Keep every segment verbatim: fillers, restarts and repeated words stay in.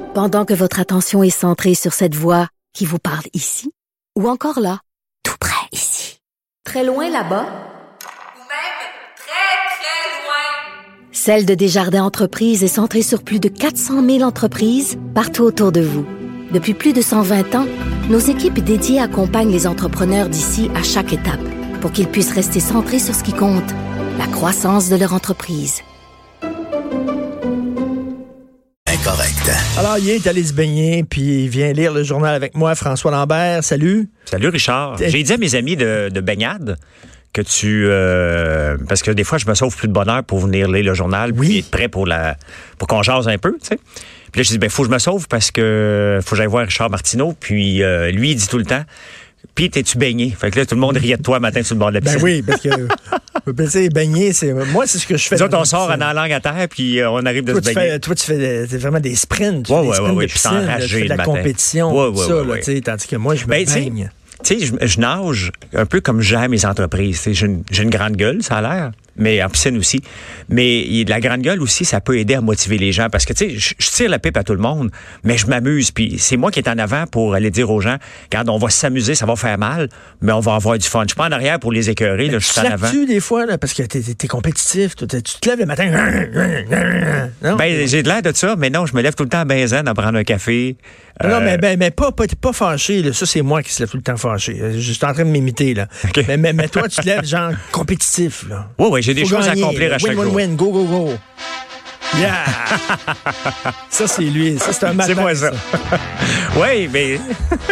Pendant que votre attention est centrée sur cette voix qui vous parle ici, ou encore là, tout près ici, très loin là-bas, ou même très, très loin. Celle de Desjardins Entreprises est centrée sur plus de quatre cent mille entreprises partout autour de vous. Depuis plus de cent vingt ans, nos équipes dédiées accompagnent les entrepreneurs d'ici à chaque étape pour qu'ils puissent rester centrés sur ce qui compte, la croissance de leur entreprise. Incorrect. Alors, il est allé se baigner, puis il vient lire le journal avec moi, François Lambert. Salut. Salut, Richard. J'ai dit à mes amis de, de baignade que tu... Euh, parce que des fois, je me sauve plus de bonheur pour venir lire le journal, oui. puis être prêt pour, la, pour qu'on jase un peu, tu sais. Puis là, je dis, ben, faut que je me sauve parce que faut que j'aille voir Richard Martineau. Puis euh, lui, il dit tout le temps, puis t'es-tu baigné? Fait que là, tout le monde riait de toi matin sur le bord de la piscine. Ben oui, parce que, tu sais, baigner, c'est, moi, c'est ce que je fais. Nous autres, on sort en langue à terre, puis euh, on arrive de toi, se tu baigner. Fais, toi, tu fais des, c'est vraiment des sprints. Tu ouais, fais des ouais, sprints ouais, de je suis piscine, enragé tu fais de la le matin. compétition, ouais, tout ouais, ça, ouais, là, ouais. tu sais, tandis que moi, je me ben, baigne. Tu sais, je, je nage un peu comme j'aime mes entreprises. J'ai une, j'ai une grande gueule, ça a l'air, mais en piscine aussi. Mais la grande gueule aussi, ça peut aider à motiver les gens parce que, tu sais, je, je tire la pipe à tout le monde, mais je m'amuse. Puis c'est moi qui est en avant pour aller dire aux gens, regarde, on va s'amuser, ça va faire mal, mais on va avoir du fun. Je suis pas en arrière pour les écœurer, là, je suis en avant. Tu des fois, là, parce que t'es, t'es compétitif, tu te lèves le matin. Non? Ben, j'ai de l'air de ça, mais non, je me lève tout le temps à benzen à prendre un café. Non, euh... mais, ben, mais pas, pas, pas fâché, là. Ça, c'est moi qui se lève tout le temps fâché. Je suis en train de m'imiter, là. Okay. Mais, mais, mais toi, tu te lèves genre compétitif, là. Oui, oui, j'ai des Faut choses gagner, à accomplir là. à chaque win, jour. Win, win, go, go, go. Yeah! Ça, c'est lui. Ça, c'est un matin. C'est moi, ça. Oui, mais...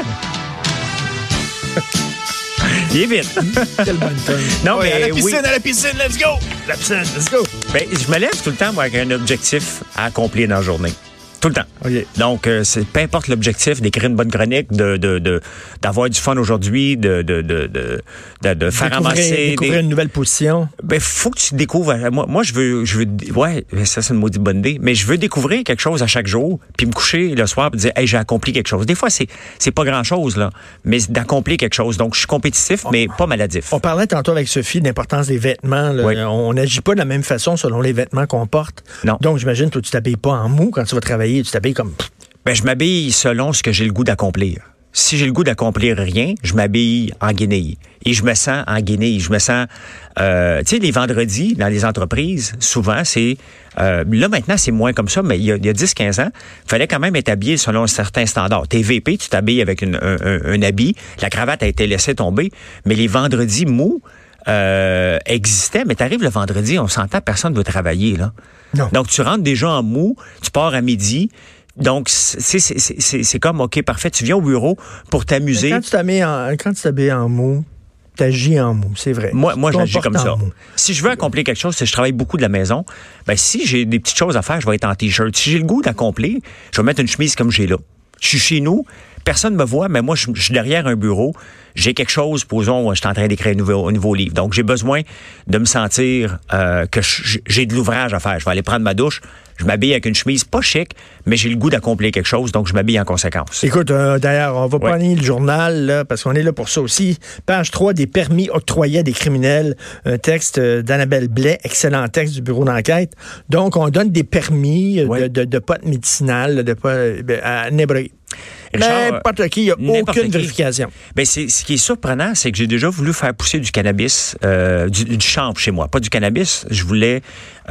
Il est vite. Quelle bonne tonne. Non, ouais, mais à la piscine, oui. à la piscine, let's go! La piscine, let's go! Ben, je me lève tout le temps, moi, avec un objectif à accomplir dans la journée. Tout le temps. Okay. Donc, euh, c'est, peu importe l'objectif, d'écrire une bonne chronique, de, de, de, d'avoir du fun aujourd'hui, de, de, de, de, de, de faire ramasser... Découvrir des... une nouvelle position. Ben, faut que tu découvres... Moi, moi je veux... je veux ouais, ça, c'est une maudite bonne idée. Mais je veux découvrir quelque chose à chaque jour, puis me coucher le soir et dire, hey, j'ai accompli quelque chose. Des fois, c'est, c'est pas grand-chose, là, mais d'accomplir quelque chose. Donc, je suis compétitif, mais pas maladif. On parlait tantôt avec Sophie de l'importance des vêtements. Là. Oui. On n'agit pas de la même façon selon les vêtements qu'on porte. Non. Donc, j'imagine, toi, tu t'habilles pas en mou quand tu vas travailler. Tu t'habilles comme... Ben, je m'habille selon ce que j'ai le goût d'accomplir. Si j'ai le goût d'accomplir rien, je m'habille en guenille. Et je me sens en guenille. Je me sens... Euh, tu sais, les vendredis, dans les entreprises, souvent, c'est... Euh, là, maintenant, c'est moins comme ça, mais il y a, il y a dix quinze ans, il fallait quand même être habillé selon un certain standard. T'es V P, tu t'habilles avec une, un, un, un habit. La cravate a été laissée tomber. Mais les vendredis mous euh, existaient. Mais t'arrives le vendredi, on s'entend, personne ne veut travailler, là. Non. Donc, tu rentres déjà en mou, tu pars à midi... Donc, c'est, c'est, c'est, c'est comme, OK, parfait, tu viens au bureau pour t'amuser. Mais quand tu t'habilles en, quand tu t'habilles en mou, t'agis en mou, c'est vrai. Moi, moi j'agis comme ça. Mou. Si je veux accomplir quelque chose, si je travaille beaucoup de la maison, ben si j'ai des petites choses à faire, je vais être en T-shirt. Si j'ai le goût d'accomplir, je vais mettre une chemise comme j'ai là. Je suis chez nous, personne ne me voit, mais moi, je, je suis derrière un bureau. J'ai quelque chose, posons, je suis en train d'écrire un nouveau, un nouveau livre. Donc, j'ai besoin de me sentir euh, que je, j'ai de l'ouvrage à faire. Je vais aller prendre ma douche. Je m'habille avec une chemise pas chic, mais j'ai le goût d'accomplir quelque chose, donc je m'habille en conséquence. Écoute, euh, d'ailleurs, on va ouais. prendre le journal, là, parce qu'on est là pour ça aussi. Page trois, des permis octroyés à des criminels. Un texte d'Annabelle Blais, excellent texte du bureau d'enquête. Donc, on donne des permis ouais. de, de, de potes médicinales, de potes à n'importe N'importe qui, il n'y a aucune qui. vérification. Ben c'est, ce qui est surprenant, c'est que j'ai déjà voulu faire pousser du cannabis, euh, du, du chanvre chez moi. Pas du cannabis, je voulais...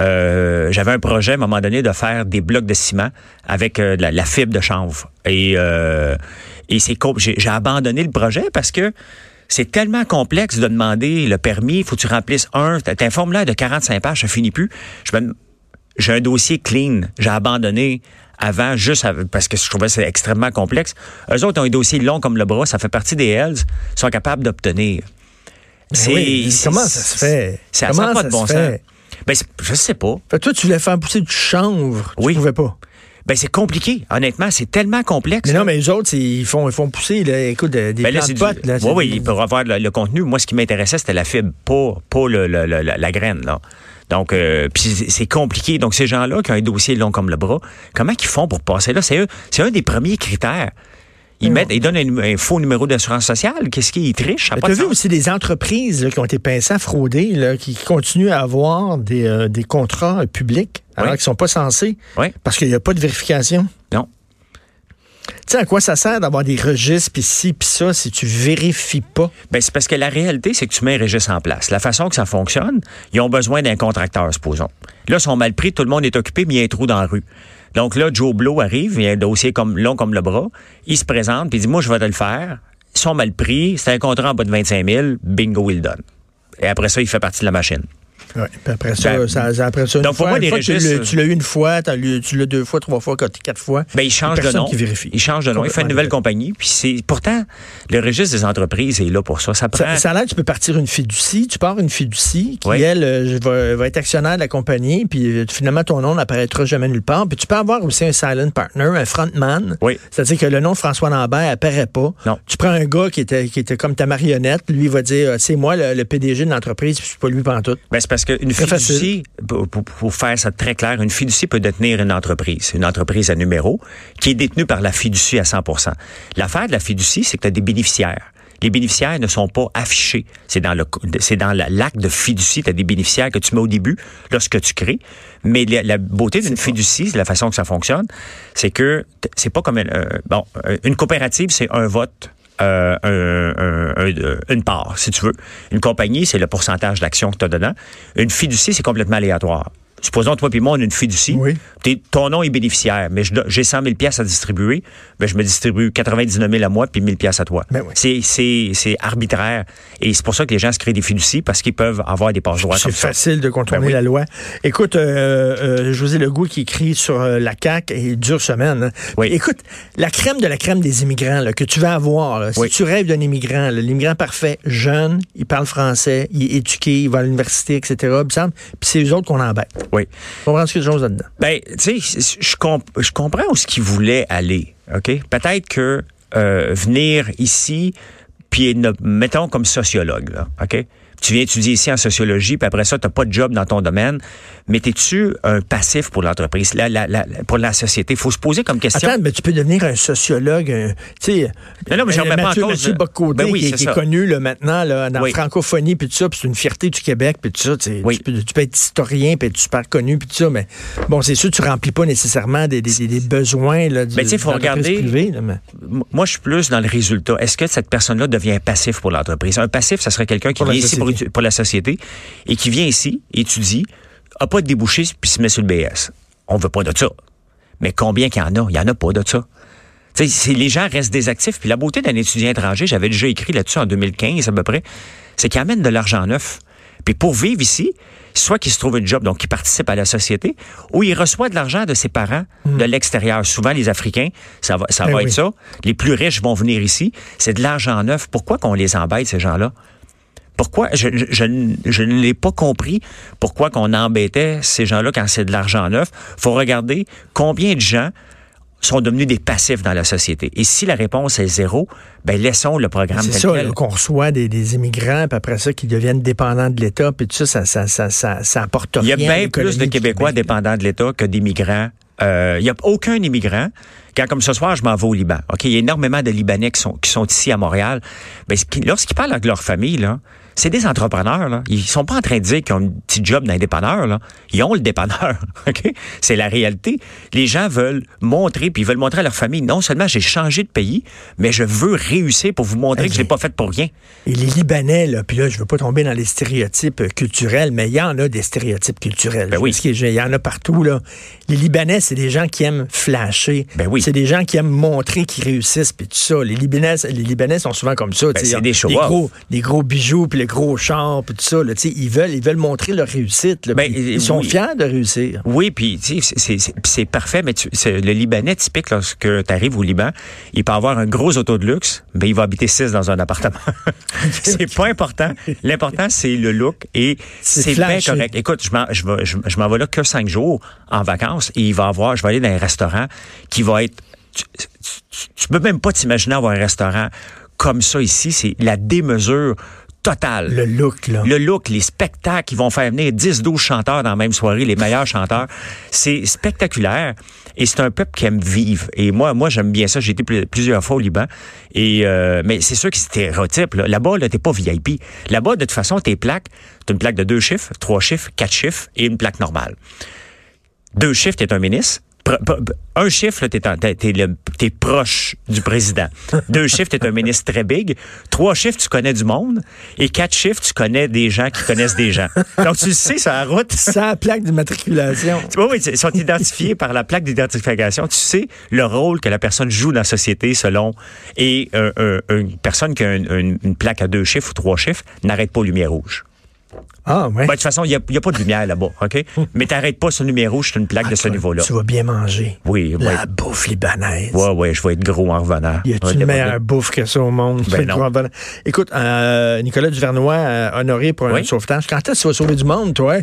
Euh, j'avais un projet, à un moment donné, de faire des blocs de ciment avec euh, la, la fibre de chanvre. Et, euh, et c'est j'ai, j'ai abandonné le projet parce que c'est tellement complexe de demander le permis. Il faut que tu remplisses un... T'as un formulaire de quarante-cinq pages, ça finit plus. Je me, j'ai un dossier clean. J'ai abandonné avant, juste parce que je trouvais que c'est extrêmement complexe. Eux autres ont un dossier long comme le bras. Ça fait partie des Hells. Ils sont capables d'obtenir. C'est, oui, c'est, comment ça se fait? Ça comment n'a pas ça de bon se sens. fait? Ben, je sais pas. Fait, toi, tu voulais faire pousser du chanvre. Tu oui. pouvais pas. Ben, c'est compliqué. Honnêtement, c'est tellement complexe. Mais là. non, mais les autres, ils font, ils font pousser, là, écoute, des ben plants là, de potes. Là, oui, oui, ils peuvent avoir le, le contenu. Moi, ce qui m'intéressait, c'était la fibre, pas, pas le, le, le, la, la graine, là. Donc, euh, puis c'est, c'est compliqué. Donc, ces gens-là qui ont un dossier long comme le bras, comment ils font pour passer là? C'est, eux, c'est un des premiers critères. Ils, mettent, ils donnent un, un faux numéro d'assurance sociale. Qu'est-ce qu'ils trichent? Tu as vu aussi des entreprises là, qui ont été pincées à frauder, là, qui continuent à avoir des, euh, des contrats euh, publics alors oui. qu'ils ne sont pas censés oui. parce qu'il n'y a pas de vérification. Non. sais, à quoi ça sert d'avoir des registres, puis ci, puis ça, si tu vérifies pas? Ben, c'est parce que la réalité, c'est que tu mets un registre en place. La façon que ça fonctionne, ils ont besoin d'un contracteur, supposons. Là, ils sont mal pris, tout le monde est occupé, mais il y a un trou dans la rue. Donc là, Joe Blow arrive, il a un dossier comme, long comme le bras, il se présente, puis il dit, moi, je vais te le faire. Ils sont mal pris, c'est un contrat en bas de vingt-cinq mille, bingo, il le donne. Et après ça, il fait partie de la machine. Oui, puis après ça, Ben, ça, ça, après ça, une donc, fois, pour moi, une des fois que registres- tu l'as- tu l'as eu une fois, t'as lu- tu l'as deux fois, trois fois, quatre, quatre fois. Ben, il change de personne nom. qui vérifie. Il change de nom. Il fait une nouvelle compagnie. Puis c'est, pourtant, le registre des entreprises est là pour ça. Ça prend. Ça, ça a l'air que tu peux partir une fiducie. Tu pars une fiducie qui, Oui. elle, euh, va, va être actionnaire de la compagnie, puis euh, finalement, ton nom n'apparaîtra jamais nulle part. Puis tu peux avoir aussi un silent partner, un frontman. Oui. C'est-à-dire que le nom de François Lambert apparaît pas. Non. Tu prends un gars qui était, qui était comme ta marionnette, lui, il va dire, c'est moi le, le P D G de l'entreprise, puis c'est pas lui pantoute. Ben, c'est parce qu'une Très fiducie, pour, pour, pour faire ça très clair, une fiducie peut détenir une entreprise, une entreprise à numéro, qui est détenue par la fiducie à cent pour cent. L'affaire de la fiducie, c'est que tu as des bénéficiaires. Les bénéficiaires ne sont pas affichés. C'est dans le, c'est dans l'acte de fiducie, tu as des bénéficiaires que tu mets au début, lorsque tu crées. Mais la, la beauté d'une fiducie, c'est la façon que ça fonctionne, c'est que c'est pas comme une, euh, bon, une coopérative, c'est un vote. Euh, un, un, un, une part, si tu veux. Une compagnie, c'est le pourcentage d'actions que tu as dedans. Une fiducie, c'est complètement aléatoire. Supposons, toi et moi, on a une fiducie. Oui. T'es, ton nom est bénéficiaire, mais je, j'ai cent mille piastres à distribuer. Ben, je me distribue quatre-vingt-dix-neuf mille à moi puis mille piastres à toi. Ben oui. c'est, c'est, c'est arbitraire. Et c'est pour ça que les gens se créent des fiducies, parce qu'ils peuvent avoir des passe-droits C'est comme ça. facile de contourner Ben oui. la loi. Écoute, euh, euh, José Legault qui écrit sur euh, la C A Q, et dure semaine. Hein. Oui. Écoute, la crème de la crème des immigrants là, que tu vas avoir, là, si Oui. tu rêves d'un immigrant, là, l'immigrant parfait, jeune, il parle français, il est éduqué, il va à l'université, et cetera, il me semble, puis c'est eux autres qu'on embête. Oui. On comprend ce que je chose là-dedans. Ben, tu sais, je, comp- je comprends où ce qu'ils voulaient aller, OK? Peut-être que euh, venir ici, puis ne- mettons comme sociologue, là, OK? Tu viens étudier ici en sociologie, puis après ça, tu n'as pas de job dans ton domaine, mais es-tu un passif pour l'entreprise, la, la, la, pour la société? Il faut se poser comme question. Attends, mais tu peux devenir un sociologue, un, tu sais, Non, non, mais je euh, remets pas en Mathieu, cause- Mathieu Bock-Côté, Ben oui, qui, est- c'est qui est ça. connu là, maintenant là, dans Oui. la francophonie, puis tout ça, puis c'est une fierté du Québec, puis tout ça. Tu sais, Oui. tu, peux, tu peux être historien, puis être super connu, puis tout ça, mais bon, c'est sûr, tu remplis pas nécessairement des, des, des, des besoins là, du, Ben, tu sais, faut de l'entreprise regarder- privée, là, mais... M- Moi, je suis plus dans le résultat. Est-ce que cette personne-là devient passif pour l'entreprise? Un passif, ça serait quelqu'un qui Pour la vient ici pour, société. pour la société et qui vient ici, étudie, a pas de débouché, puis se met sur le B S. On veut pas de ça. Mais combien qu'il y en a? Il y en a pas de ça. Tu sais, c'est- les gens restent désactifs. Puis la beauté d'un étudiant étranger, j'avais déjà écrit là-dessus en deux mille quinze à peu près, c'est qu'il amène de l'argent neuf. Puis pour vivre ici, soit qu'il se trouve un job, donc qu'il participe à la société, ou il reçoit de l'argent de ses parents de l'extérieur. Souvent, les Africains, ça va, ça Ben va oui. être ça. Les plus riches vont venir ici. C'est de l'argent neuf. Pourquoi qu'on les embête, ces gens-là? Pourquoi? Je, je, je, ne- je ne l'ai pas compris pourquoi qu'on embêtait ces gens-là quand c'est de l'argent neuf. Faut regarder combien de gens sont devenus des passifs dans la société. Et si la réponse est zéro, ben laissons le programme C'est tel ça, quel. là, qu'on reçoit des, des immigrants, puis après ça, qu'ils deviennent dépendants de l'État, puis tout ça, ça, ça, ça, ça, ça apporte Il y a rien à bien l'économie plus de du Québécois Québec. dépendants de l'État que d'immigrants. Euh, il n'y a aucun immigrant. Quand, comme ce soir, je m'en vais au Liban. OK, il y a énormément de Libanais qui sont, qui sont ici à Montréal. Ben, ce qui- lorsqu'ils parlent avec leur famille, là, c'est des entrepreneurs, là. Ils sont pas en train de dire qu'ils ont un petit job dans les dépanneurs, là. Ils ont le dépanneur. OK? C'est la réalité. Les gens veulent montrer, puis ils veulent montrer à leur famille, non seulement j'ai changé de pays, mais je veux réussir pour vous montrer Hey, que je l'ai pas fait pour rien. Et les Libanais, là, puis là, je veux pas tomber dans les stéréotypes euh, culturels, mais il y en a des stéréotypes culturels. Ben oui. Parce qu'il y en a partout, là. Les Libanais, c'est des gens qui aiment flasher. Ben oui. C'est des gens qui aiment montrer qu'ils réussissent, puis tout ça. Les Libanais, les Libanais sont souvent comme ça. Ben, tu sais, c'est ils ont des show-off. gros, des gros bijoux, puis les gros chars, puis tout ça. Là, tu sais, ils veulent, ils veulent montrer leur réussite. Là, Ben, puis ils sont oui. fiers de réussir. Oui, puis tu sais, c'est, c'est, c'est parfait, mais tu, c'est, le Libanais typique, lorsque tu arrives au Liban, il peut avoir un gros auto de luxe, mais il va habiter six dans un appartement. C'est pas important. L'important, c'est le look et C'est c'est bien flashy. correct. Écoute, je m'en, je, vais, je, je m'en vais là que cinq jours en vacances et il va avoir, je vais aller dans un restaurant qui va être... Tu, tu, tu peux même pas t'imaginer avoir un restaurant comme ça ici. C'est la démesure totale. Le look, là. Le look, les spectacles, ils vont faire venir dix douze chanteurs dans la même soirée, les meilleurs chanteurs. C'est spectaculaire et c'est un peuple qui aime vivre. Et moi, moi j'aime bien ça. J'ai été pl- plusieurs fois au Liban. Et euh, mais c'est sûr que c'est stéréotype. Là. Là-bas, là, t'es pas V I P. Là-bas, de toute façon, tes plaques, t'as une plaque de deux chiffres, trois chiffres, quatre chiffres et une plaque normale. Deux chiffres, t'es un ministre. Pr- pr- un chiffre, là, t'es, en, t'es, t'es, le, t'es proche du président. Deux chiffres, t'es un ministre très big. Trois chiffres, tu connais du monde. Et quatre chiffres, tu connais des gens qui connaissent des gens. Donc, tu le sais, sur la route. Sans la plaque d'immatriculation. Oui, oui, ils sont identifiés par la plaque d'identification. Tu sais le rôle que la personne joue dans la société selon. Et euh, euh, une personne qui a une, une, une plaque à deux chiffres ou trois chiffres n'arrête pas aux lumières rouges. Ah, ouais. Ben, de toute façon, il n'y a, a pas de lumière là-bas, OK? Mais t'arrêtes pas sur le lumière rouge, c'est une plaque Ah, de ce toi, niveau-là. Tu vas bien manger. Oui, oui. La bouffe libanaise. Oui, oui, je vais être gros en revenant. Y a-tu Ouais, une pas meilleure de- bouffe que ça au monde? Ben C'est non. gros en revenant. Écoute, euh, Nicolas Duvernois, euh, honoré pour Oui. un sauvetage. Quand est-ce que tu vas sauver du monde, toi?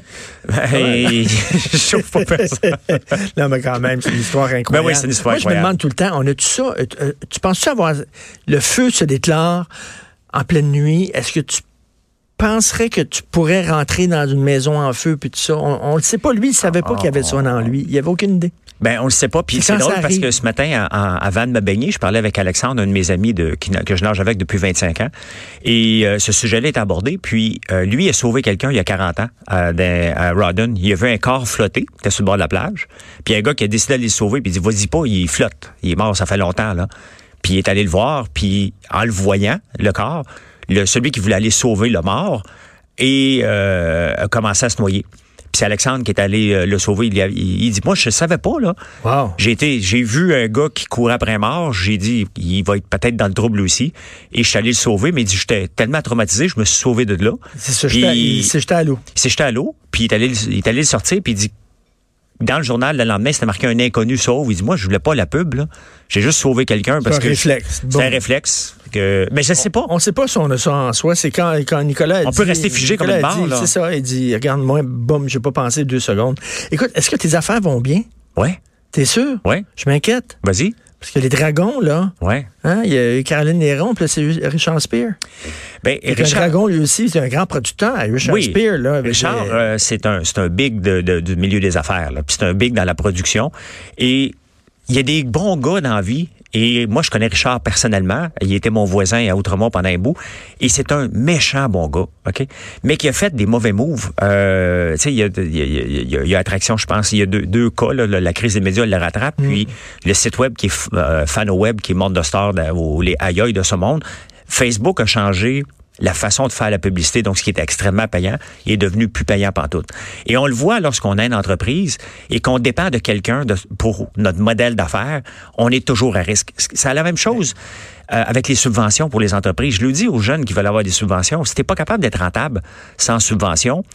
Hey, je chauffe pas personne. Non, mais quand même, c'est une histoire incroyable. Ben oui, c'est une histoire Moi, je me incroyable. demande tout le temps, on a-tu ça? Euh, euh, tu penses-tu avoir... Le feu se déclare en pleine nuit. Est-ce que tu penserais que tu pourrais rentrer dans une maison en feu puis tout ça? On ne le sait pas. Lui, il ne savait pas qu'il y avait ça en lui. Il avait aucune idée. Ben, on le sait pas. Puis C'est c'est quand drôle ça parce arrive. que ce matin, en- en- avant de me baigner, je parlais avec Alexandre, un de mes amis de, qui, que je nage avec depuis vingt-cinq ans. Et euh, ce sujet-là est abordé. Puis euh, lui a sauvé quelqu'un il y a quarante ans euh, dans- à Rawdon. Il a vu un corps flotter. Il était sur le bord de la plage. Puis il y a un gars qui a décidé d'aller le sauver. Puis il dit, vas-y pas, il flotte. Il est mort, ça fait longtemps, là. Puis il est allé le voir. Puis en le voyant, le corps, le, celui qui voulait aller sauver le mort, et euh, a commencé à se noyer. Puis c'est Alexandre qui est allé euh, le sauver. Il, a- il, il dit, moi, je savais pas, là. Wow. J'ai été, j'ai vu un gars qui courait après un mort. J'ai dit, il va être peut-être dans le trouble aussi. Et je suis allé le sauver, mais il dit, j'étais tellement traumatisé, je me suis sauvé de là. C'est ça, Puis- j'étais- il s'est jeté à l'eau. Il s'est jeté à l'eau, puis il est allé, le- il est allé le sortir, puis il dit, dans le journal, le lendemain, c'était marqué un inconnu sauve. Il dit, moi, je voulais pas la pub, là. J'ai juste sauvé quelqu'un parce un que. réflexe. C'est Bon. un réflexe. Que, mais je sais pas. On ne sait pas si on a ça en soi. C'est quand, quand Nicolas a On dit- peut rester figé comme Nicolas une a barre, dit- là. C'est ça. Il dit, regarde-moi, boum, j'ai pas pensé deux secondes. Écoute, est-ce que tes affaires vont bien? Ouais, T'es sûr? ouais. Je m'inquiète. Vas-y. Parce que les dragons, là, Ouais. hein, il y a eu Caroline Néron, puis là, c'est Richard Spear. Ben, Et un dragon, lui aussi, c'est un grand producteur. Richard Oui. Spear, là. avec Richard, les- euh, c'est un, c'est un big de, de- du milieu des affaires, là. Puis c'est un big dans la production. Et il y a des bons gars dans la vie. Et moi, je connais Richard personnellement. Il était mon voisin à Outremont pendant un bout. Et c'est un méchant bon gars, OK? Mais qui a fait des mauvais moves. Euh, tu sais, il y a, il y, a, il y, a, il y a Attraction, je pense. Il y a deux, deux cas, là, la crise des médias le rattrape. Mm. Puis le site web qui est euh, FanoWeb, qui est Monde de Star, ou les aïeux de ce monde. Facebook a changé la façon de faire la publicité, donc ce qui était extrêmement payant, il est devenu plus payant pantoute. Et on le voit lorsqu'on a une entreprise et qu'on dépend de quelqu'un de, pour notre modèle d'affaires, on est toujours à risque. C'est la même chose euh, avec les subventions pour les entreprises. Je le dis aux jeunes qui veulent avoir des subventions, si t'es pas capable d'être rentable sans subvention,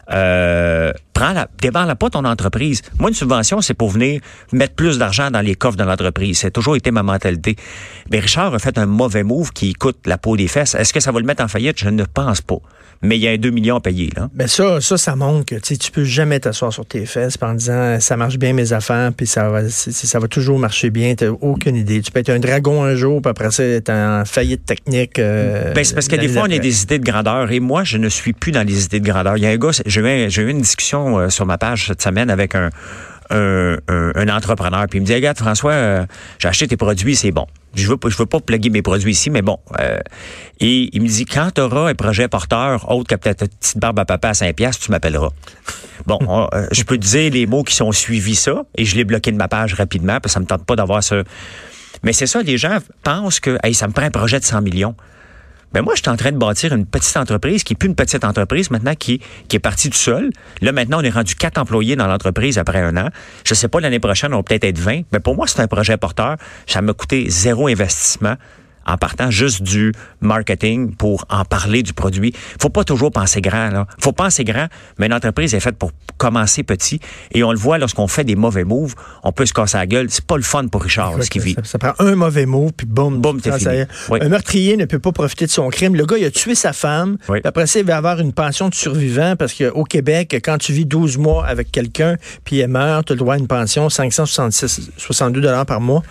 euh, prends-la, débarre-la pas ton entreprise. Moi, une subvention, c'est pour venir mettre plus d'argent dans les coffres de l'entreprise. Ça a toujours été ma mentalité. Mais Richard a fait un mauvais move qui coûte la peau des fesses. Est-ce que ça va le mettre en faillite? Je ne pense pas. Mais il y a un deux millions à payer, là. Ben ça, ça, ça montre que tu sais, tu peux jamais t'asseoir sur tes fesses en disant ça marche bien mes affaires, puis ça va, c'est- ça va toujours marcher bien. T'as aucune idée. Tu peux être un dragon un jour, puis après ça, être en faillite technique. Euh, Ben, c'est parce que des fois, on a des idées de grandeur. Et moi, je ne suis plus dans les idées de grandeur. Il y a un gars, j'ai eu, un- j'ai eu une discussion euh, sur ma page cette semaine avec un, un, un, un entrepreneur. Puis il me dit, regarde, François, euh, j'ai acheté tes produits, c'est bon. Je veux pas, je veux pas plugger mes produits ici, mais bon. Euh, et il me dit, quand tu auras un projet porteur autre que peut-être ta petite barbe à papa à cinq piastres, tu m'appelleras. Bon, on, euh, je peux te dire les mots qui sont suivis ça, et je l'ai bloqué de ma page rapidement, parce que ça me tente pas d'avoir ça. Mais c'est ça, les gens pensent que, hey, ça me prend un projet de cent millions. Ben moi, je suis en train de bâtir une petite entreprise qui n'est plus une petite entreprise maintenant, qui, qui est partie tout seul. Là, maintenant, on est rendu quatre employés dans l'entreprise après un an. Je sais pas, l'année prochaine, on va peut-être être vingt. Mais pour moi, c'est un projet porteur. Ça m'a coûté zéro investissement en partant juste du marketing pour en parler du produit. Faut pas toujours penser grand, là. Faut penser grand, mais une entreprise est faite pour commencer petit. Et on le voit lorsqu'on fait des mauvais moves, on peut se casser la gueule. C'est pas le fun pour Richard, Écoute, ce qu'il vit. Ça, ça prend un mauvais mot, puis boum. Boum, t'es ça, fini. ça y est. Oui. Un meurtrier ne peut pas profiter de son crime. Le gars, il a tué sa femme. Oui. Puis après ça, il va avoir une pension de survivant parce qu'au Québec, quand tu vis douze mois avec quelqu'un, puis il meurt, tu as le droit à une pension cinq cent soixante-six, soixante-deux dollars par mois.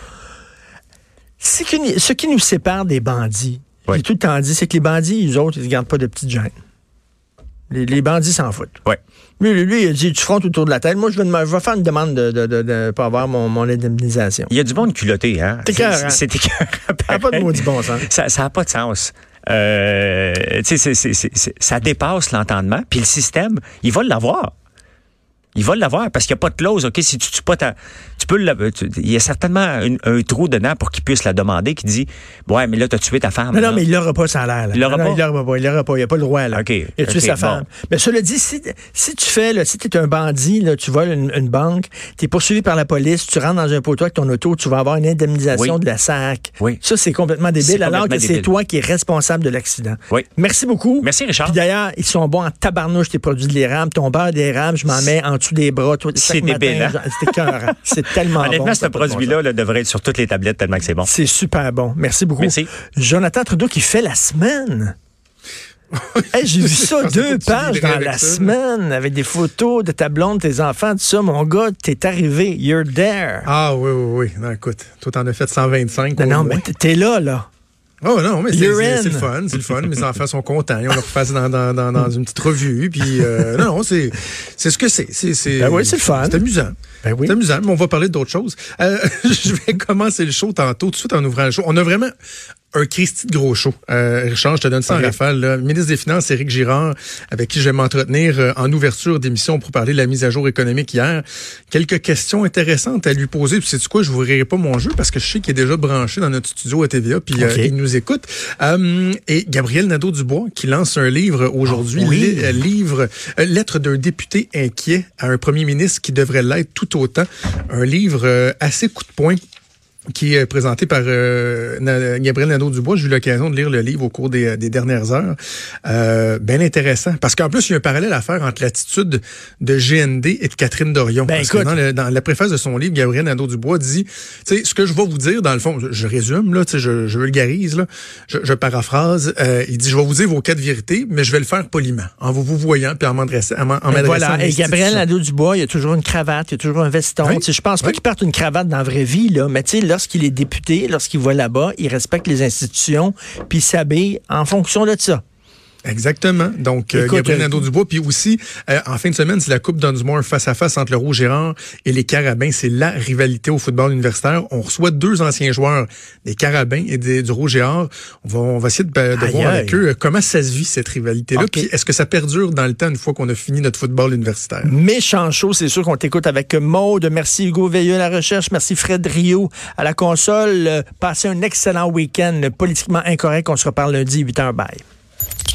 C'est que- ce qui nous sépare des bandits, Oui. j'ai tout le temps dit, c'est que les bandits, eux autres, ils ne gardent pas de petites gênes. Les, les bandits s'en foutent. Ouais. Lui, lui, lui, il a dit, tu frontes autour de la tête. Moi, je vais, demander- je vais faire une demande de, de, de, de- pour avoir mon, mon indemnisation. Il y a du monde culotté, hein? C'est écœurant. C'est c'est écœurant, Ça n'a pas de pareil. maudit bon sens. Ça n'a pas de sens. Euh, tu sais, c'est- c'est- c'est- c'est- ça dépasse l'entendement. Puis le système, il va l'avoir. Il va l'avoir parce qu'il n'y a pas de clause. OK, si tu tues pas ta... Tu peux le... tu- il y a certainement un, un trou dedans pour qu'il puisse la demander, qui dit ouais, mais là, tu as tué ta femme. Non, non, là. mais il l'aura pas, ça a l'air. Là. Il l'aura non, pas? Non, il l'aura pas. Il l'aura pas. Il n'a pas le droit, là. OK. Il a tué OK, sa bon. femme. Mais cela dit, si, si tu fais, là, si tu es un bandit, là, tu voles une, une banque, tu es poursuivi par la police, tu rentres dans un poteau avec ton auto, tu vas avoir une indemnisation Oui. de la S A C. Oui. Ça, c'est complètement débile, C'est alors complètement que c'est débile. toi qui es responsable de l'accident. Oui. Merci beaucoup. Merci, Richard. Puis d'ailleurs, ils sont bons en tabarnouche, tes produits de l'érable. Ton beurre d'érable, je m'en mets en dessous des bras. Toi, C'est chaque matin, débile, hein? genre, c'est écœurant. C'est tellement bon. Honnêtement, ce ça n'a pas de bon produit-là là, devrait être sur toutes les tablettes tellement que c'est bon. C'est super bon. Merci beaucoup. Merci. Jonathan Trudeau qui fait la semaine. Hey, j'ai vu ça, Je pensais deux pas que tu pages lirais dans avec la ça. semaine avec des photos de ta blonde, tes enfants, tout ça. Mon gars, t'es arrivé. You're there. Ah oui, oui, oui. Non, écoute, toi, t'en as fait cent vingt-cinq. non, au non, moins. mais t'es- t'es là, là. Oh non, mais c'est, You're c'est, in. c'est le fun, c'est le fun. Mes enfants sont contents. On leur passe dans, dans, dans, dans une petite revue. Puis euh, non, non, c'est, c'est ce que c'est. C'est, c'est, Ben oui, c'est le fun. C'est amusant. Ben oui. C'est amusant, mais on va parler d'autres choses. Euh, je vais commencer le show tantôt, tout de suite en ouvrant le show. On a vraiment un Christy de gros show. Euh, Richard, je te donne ça en Okay. rafale. Là. Le ministre des Finances, Éric Girard, avec qui je vais m'entretenir euh, en ouverture d'émission pour parler de la mise à jour économique hier. Quelques questions intéressantes à lui poser. Puis sais-tu quoi, je vous rirai pas mon jeu parce que je sais qu'il est déjà branché dans notre studio à T V A puis euh, Okay. il nous écoute. Euh, et Gabriel Nadeau-Dubois qui lance un livre aujourd'hui, Oh, oui. li- euh, livre euh, Lettre d'un député inquiet à un premier ministre qui devrait l'être tout autant. Un livre euh, assez coup de poing qui est présenté par euh, Na- Gabriel Nadeau-Dubois. J'ai eu l'occasion de lire le livre au cours des, des dernières heures. Euh, bien intéressant. Parce qu'en plus, il y a un parallèle à faire entre l'attitude de G N D et de Catherine Dorion. Ben, Parce écoute. que dans, le- dans la préface de son livre, Gabriel Nadeau-Dubois dit, tu sais, ce que je vais vous dire, dans le fond, je, je résume, là, tu sais, je, je vulgarise, là, je, je paraphrase, euh, il dit, je vais vous dire vos quatre vérités, mais je vais le faire poliment, en vous vous voyant, puis en m'adressant, en m'en- en Et m'adressant à voilà. Et l'institution. Gabriel Nadeau-Dubois, il y a toujours une cravate, il y a toujours un veston. Oui. Tu sais, je pense pas Oui. qu'il porte une cravate dans la vraie vie, là, mais tu sais, lorsqu'il est député, lorsqu'il va là-bas, il respecte les institutions, puis il s'habille en fonction de ça. Exactement. Donc, euh, Écoute, Gabriel euh, Nadeau-Dubois. Puis aussi, euh, en fin de semaine, c'est la Coupe Dunsmore face à face entre le Rouge-Gérard et les Carabins. C'est la rivalité au football universitaire. On reçoit deux anciens joueurs des Carabins et des, du Rouge-Gérard. On va, on va essayer de, de Aïe, voir aïe. avec eux euh, comment ça se vit, cette rivalité-là. OK. Puis est-ce que ça perdure dans le temps une fois qu'on a fini notre football universitaire? Méchant chaud, c'est sûr qu'on t'écoute avec Maude. Merci Hugo Veilleux à la recherche. Merci Fred Rio à la console. Euh, Passez un excellent week-end politiquement incorrect. On se reparle lundi, huit heures. Bye.